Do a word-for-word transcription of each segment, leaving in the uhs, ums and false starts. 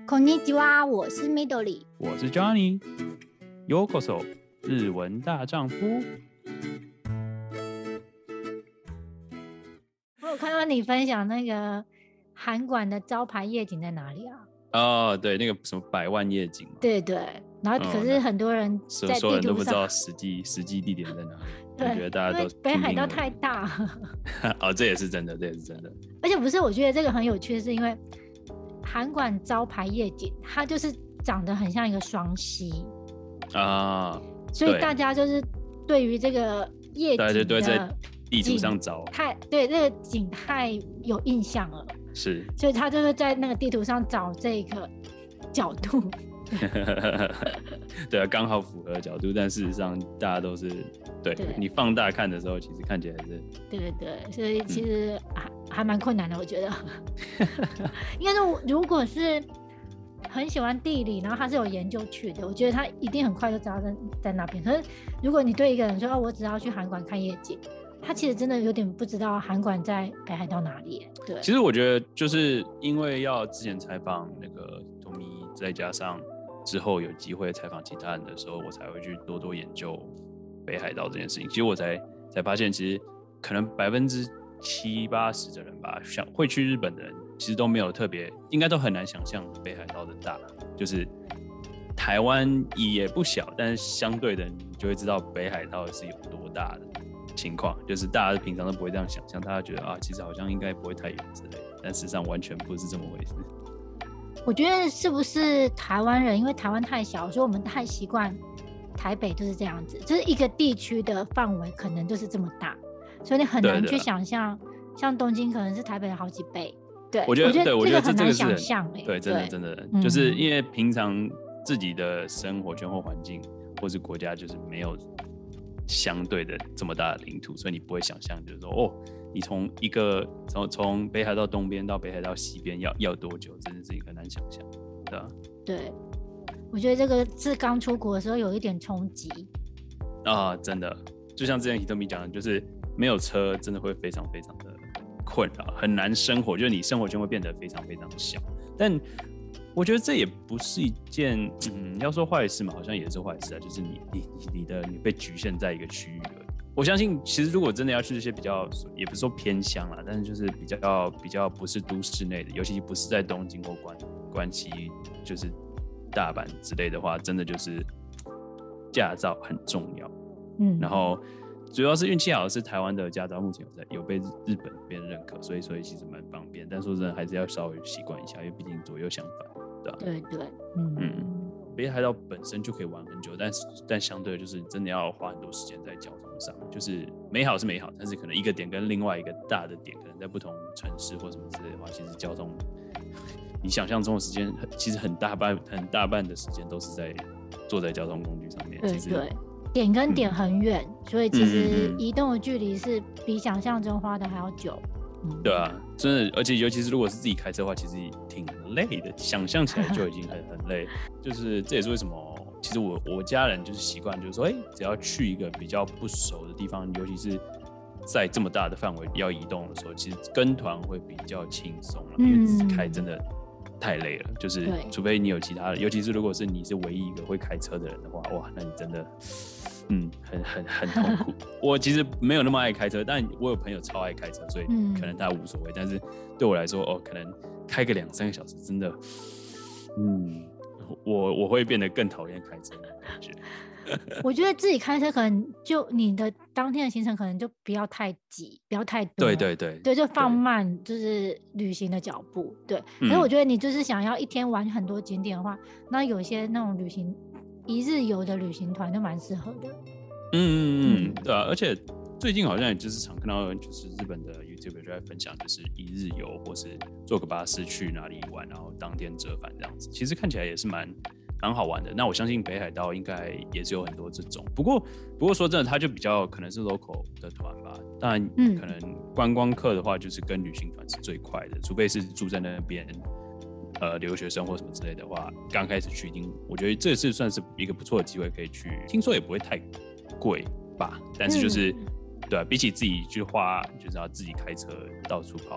こんにちは，我是 Midori， 我是 Johnny。Yokoso， 日文大丈夫。 我有看到你分享那个韩馆的招牌夜景在哪里啊？ 哦，对，那个什么百万夜景嘛。 对对，然后可是很多人在地图上， 所有人都不知道实际实际地点在哪里。 对， 我觉得大家都北海道太大。 哦，这也是真的，这也是真的。 而且不是，我觉得这个很有趣，是因为韩馆招牌夜景，它就是长得很像一个双溪啊， 所以大家就是对于这个夜景的大家就在地图上找， 太对这个景太有印象了， 是， 所以他就是在那个地图上找这个角度。 对啊，刚好符合角度，但事实上大家都是 对, 对你放大看的时候，其实看起来是， 对对对，所以其实还、嗯、还蛮困难的，我觉得。应该说，如果是很喜欢地理，然后他是有研究去的，我觉得他一定很快就知道 在, 在那边。可是如果你对一个人说，哦，我只要去韩馆看夜景，他其实真的有点不知道韩馆在北海道哪里。对， 其实我觉得就是因为要之前采访那个托米，再加上之后有机会采访其他人的时候，我才会去多多研究北海道这件事情。其实我才才发现，其实可能百分之七八十的人吧，想会去日本的人，其实都没有特别，应该都很难想象北海道的大。就是台湾也不小，但是相对的，你就会知道北海道是有多大的情况。就是大家平常都不会这样想象，大家觉得啊，其实好像应该不会太远之类的，但事实上完全不是这么回事。 我觉得是不是台湾人，因为台湾太小，所以我们太习惯台北就是这样子，就是一个地区的范围可能就是这么大，所以你很难去想象，像东京可能是台北的好几倍。对， 我觉得，对，我觉得这很难想象、欸。 对，真的真的、嗯，就是因为平常自己的生活圈或环境，或是国家，就是没有相对的这么大的领土，所以你不会想象，就是说，哦。你从一个从从北海道东边到北海道西边要要多久，真的是很难想象，对吧？ 对，我觉得这个是刚出国的时候有一点冲击啊，真的，就像之前 Hitomi 讲的，就是没有车真的会非常非常的困扰，很难生活，就是你生活圈会变得非常非常小。但我觉得这也不是一件，嗯，要说坏事嘛，好像也是坏事啊，就是你你你的你被局限在一个区域而已。我相信，其实如果真的要去这些比较，也不是说偏乡啦，但是就是比较比较不是都市内的，尤其不是在东京或关关西，就是大阪之类的话，真的就是驾照很重要。嗯，然后主要是运气好的是台湾的驾照目前有在有被日本那边认可，所以所以其实蛮方便。但说真的，还是要稍微习惯一下，因为毕竟左右相反，对吧？ 对对，嗯嗯。 北海道本身就可以玩很久，但但相对就是真的要花很多时间在交通上。就是美好是美好，但是可能一个点跟另外一个大的点，可能在不同城市或什么之类的话，其实交通你想象中的时间，其实很大半很大半的时间都是在坐在交通工具上面。 对对，点跟点很远、嗯，所以其实移动的距离是比想象中花的还要久。 嗯、对啊，真的，而且尤其是如果是自己开车的话，其实挺累的，想象起来就已经很很累。就是这也是为什么，其实我我家人就是习惯，就是说，哎、欸，只要去一个比较不熟的地方，尤其是在这么大的范围要移动的时候，其实跟团会比较轻松，因为自己开真的太累了。就是除非你有其他的，尤其是如果是你是唯一一个会开车的人的话，哇，那你真的。嗯，很很很痛苦。我其实没有那么爱开车，但我有朋友超爱开车，所以可能他无所谓、嗯。但是对我来说，哦，可能开个两三个小时，真的，嗯，我我会变得更讨厌开车的感觉。 我觉得自己开车可能就你的当天的行程可能就不要太急，不要太多。 对对对， 对，就放慢就是旅行的脚步。对，可是我觉得你就是想要一天玩很多景点的话，那有些那种旅行。一日游的旅行团都蛮适合的。 嗯嗯嗯，对啊，而且最近好像也就是常看到，就是日本的 YouTuber 就在分享，就是一日游或是坐个巴士去哪里玩，然后当天折返这样子，其实看起来也是蛮蛮好玩的。那我相信北海道应该也是有很多这种，不过不过说真的，它就比较可能是 local 的团吧。当然，可能观光客的话，就是跟旅行团是最快的，除非是住在那边。呃，留学生或什么之类的话，刚开始去一定，我觉得这是算是一个不错的机会，可以去。听说也不会太贵吧，但是就是，嗯、对啊，比起自己去花，就是要自己开车到处跑，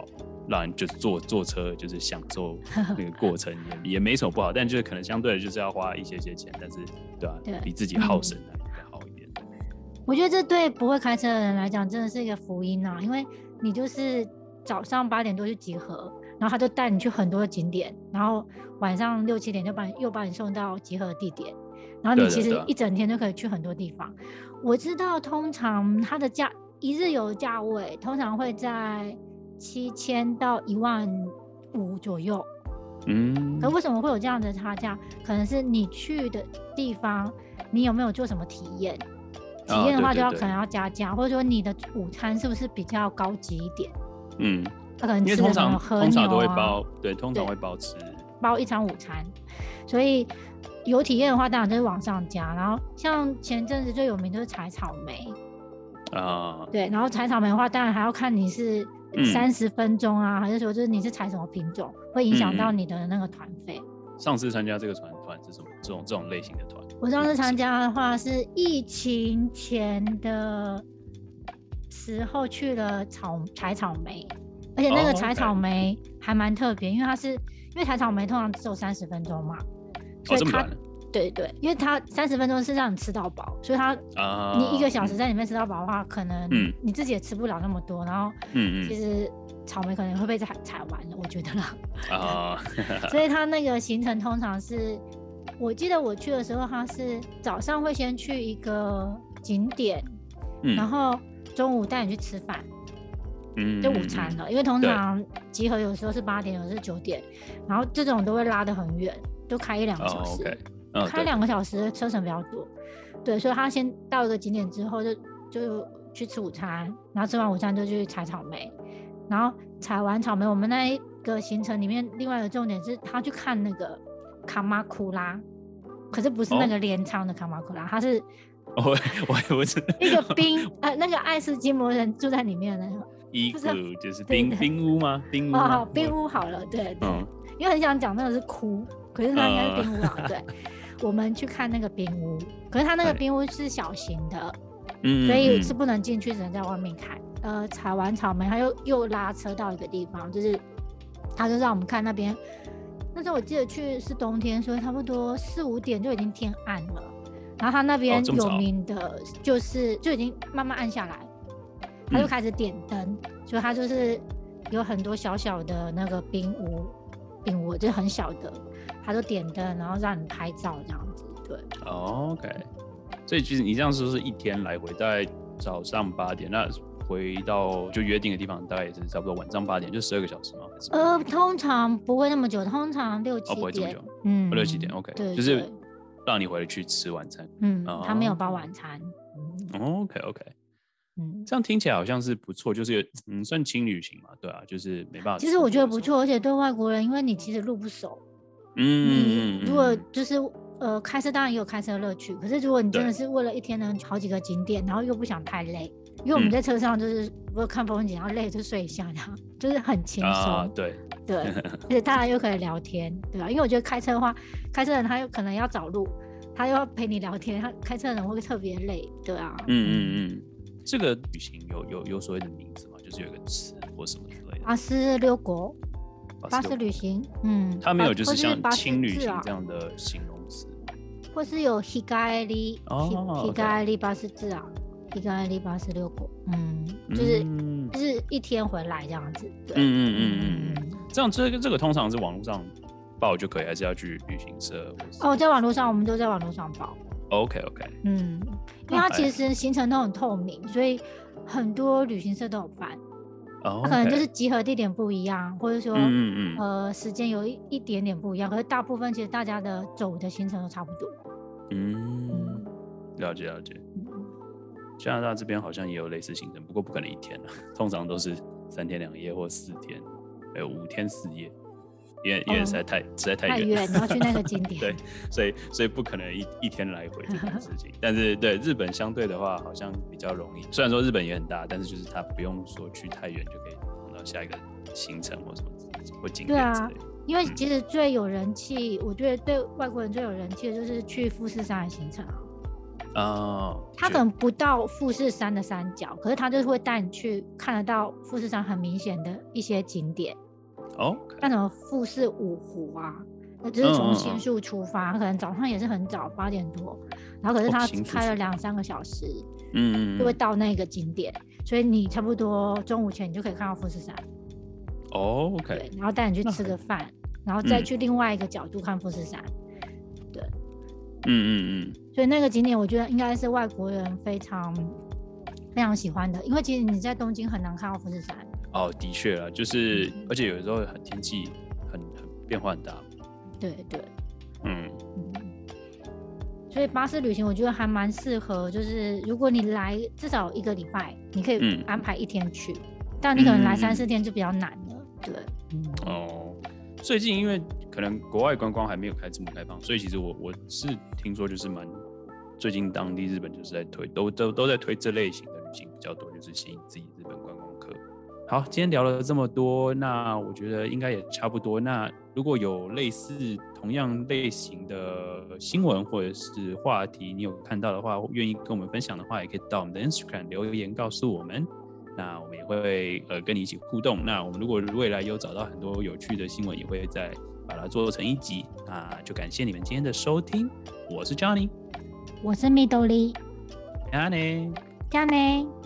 让人就是坐坐车就是享受那个过程也也没什么不好，但就是可能相对的就是要花一些些钱，但是对吧、啊？ 对， 比自己耗神还比较好一点。 嗯、我觉得这对不会开车的人来讲真的是一个福音啊，因为你就是早上八点多去集合，然后他就带你去很多的景点，然后晚上六七点就把你又把你送到集合的地点，然后你其实一整天就可以去很多地方。對對對，我知道通常它的价一日游价位通常会在七千到一万五左右，嗯，可为什么会有这样的差价？可能是你去的地方，你有没有做什么体验？体验的话就要可能要加价，哦、对對對，或者说你的午餐是不是比较高级一点？嗯，他可能吃的什么和牛啊， 通常都会包，对，通常会包吃包一餐午餐，所以有体验的话，当然就是往上加。然后像前阵子最有名就是采草莓啊，对，然后采草莓的话，当然还要看你是三十分钟啊，嗯、还是说就是你是采什么品种，会影响到你的那个团费。 嗯、上次参加这个团团是什么？这种这种类型的团？ 我上次参加的话是疫情前的时候去了草采草莓，而且那个采草莓还蛮特别，因为它是因为采草莓通常只有三十分钟嘛，所以它、哦、对对，因为它三十分钟是让你吃到饱，所以它、啊、你一个小时在里面吃到饱的话，可能你自己也吃不了那么多，然后其实草莓可能会被采采完了，我觉得啦。啊，所以它那个行程通常是，我记得我去的时候，它是早上会先去一个景点，嗯、然后中午带你去吃饭。嗯，就午餐了，因为通常集合有時候是八點，有時是九點，然後這種都會拉得很遠，就開一兩個小時， oh, okay. oh, 開兩個小時車程比較多，對，所以他先到一個景點之後就就去吃午餐，然後吃完午餐就去採草莓，然後採完草莓，我們那一個行程裡面另外一個重點是他去看那個卡馬庫拉，可是不是那個鎌倉的卡馬庫拉，他是我我我是一個冰呃那個愛斯基摩人住在裡面的那個。 伊谷就是冰冰屋吗？冰屋哦，冰屋好了，对对，嗯、因为很想讲那个是窟，可是它应该是冰屋啊。呃、对，我们去看那个冰屋，可是它那个冰屋是小型的，嗯，所以是不能进去，只能在外面看。呃，采完草莓，他又又拉车到一个地方，就是他就让我们看那边。那时候我记得去是冬天，所以差不多四五点就已经天暗了。然后他那边有名的就是就已经慢慢暗下来。他就开始点灯、嗯，所以他就是有很多小小的那个冰屋，冰屋就是很小的，他就点灯，然后让你拍照这样子，对。 哦、OK， 所以其实你这样说是一天来回，大概早上八点，那回到就约定的地方，大概也是差不多晚上八点，就十二个小时吗？还是呃，通常不会那么久，通常六七点，哦， 不会这么久，嗯，六七点 ，OK， 对， 就是让你回去吃晚餐， 嗯，哦、他没有包晚餐， 嗯、，OK OK。嗯，这样听起来好像是不错，就是嗯，算轻旅行嘛，对啊，就是没办法。 其实我觉得不错，而且对外国人，因为你其实路不熟，嗯，你如果就是呃开车当然也有开车的乐趣，可是如果你真的是为了一天呢好几个景点，然后又不想太累，因为我们在车上就是如果看风景，然后累就睡一下，这样就是很轻松、啊， 对对，而且大家又可以聊天，对吧？因为我觉得开车的话，开车人他有可能要找路，他又要陪你聊天，他开车的人会特别累，对啊， 嗯嗯嗯。这个旅行有有有所谓的名字吗？就是有一个词或什么之类的。 巴斯六国，巴斯旅行，嗯， 它没有就是像轻旅行这样的形容词， 或是有 Higari， 哦 Higari 巴斯治啊 ，Higari 巴斯六国，嗯，就是、嗯、就是一天回来这样子，对，嗯嗯嗯嗯，这样这个这个通常是网络上报就可以，还是要去旅行社？ 哦，在网络上，我们都在网络上报。 OK OK， 嗯，因为它其实行程都很透明，所以很多旅行社都有办。哦，它可能就是集合地点不一样，或者说，嗯嗯嗯呃，时间有一一点点不一样，可是大部分其实大家的走的行程都差不多。 嗯，了解了解。加拿大这边好像也有类似行程，不过不可能一天啊，通常都是三天两夜或四天，还有五天四夜。因为因为实在太、哦、实在太远， 你要去那个景点， 对，所以所以不可能一一天来回这件事情。但是对日本相对的话，好像比较容易。虽然说日本也很大，但是就是它不用说去太远就可以碰到下一个行程或什么或景点之类的。对啊， 因为其实最有人气，嗯、我觉得对外国人最有人气的就是去富士山的行程啊。哦，他可能不到富士山的山脚，可是他就是会带你去看得到富士山很明显的一些景点。 哦， 像什么富士五湖啊，那就是从新宿出发，嗯嗯嗯可能早上也是很早，八点多，然后可是他开了两三个小时，嗯嗯，就会到那个景点，所以你差不多中午前你就可以看到富士山。 哦 ，OK， 对，然后带你去吃个饭，然后再去另外一个角度看富士山。对，嗯嗯嗯，所以那个景点我觉得应该是外国人非常非常喜欢的，因为其实你在东京很难看到富士山。 哦，的确啊，就是、嗯、而且有时候很天气很很变化很大。 对对，嗯嗯，所以巴士旅行我觉得还蛮适合，就是如果你来至少一个礼拜，你可以安排一天去，嗯、但你可能来三四天就比较难了。对， 嗯、哦，最近因为可能国外观光还没有开这么开放，所以其实我我是听说就是蛮最近当地日本就是在推，都都都在推这类型的旅行比较多，就是吸引自己日本观光客。好，今天聊了这么多，那我觉得应该也差不多。那如果有类似同样类型的新闻或者是话题，你有看到的话，愿意跟我们分享的话，也可以到我们的 Instagram 留言告诉我们。那我们也会呃跟你一起互动。那我们如果未来有找到很多有趣的新闻，也会再把它做成一集。那就感谢你们今天的收听，我是 Johnny， 我是 Midori， 加呢， 加呢。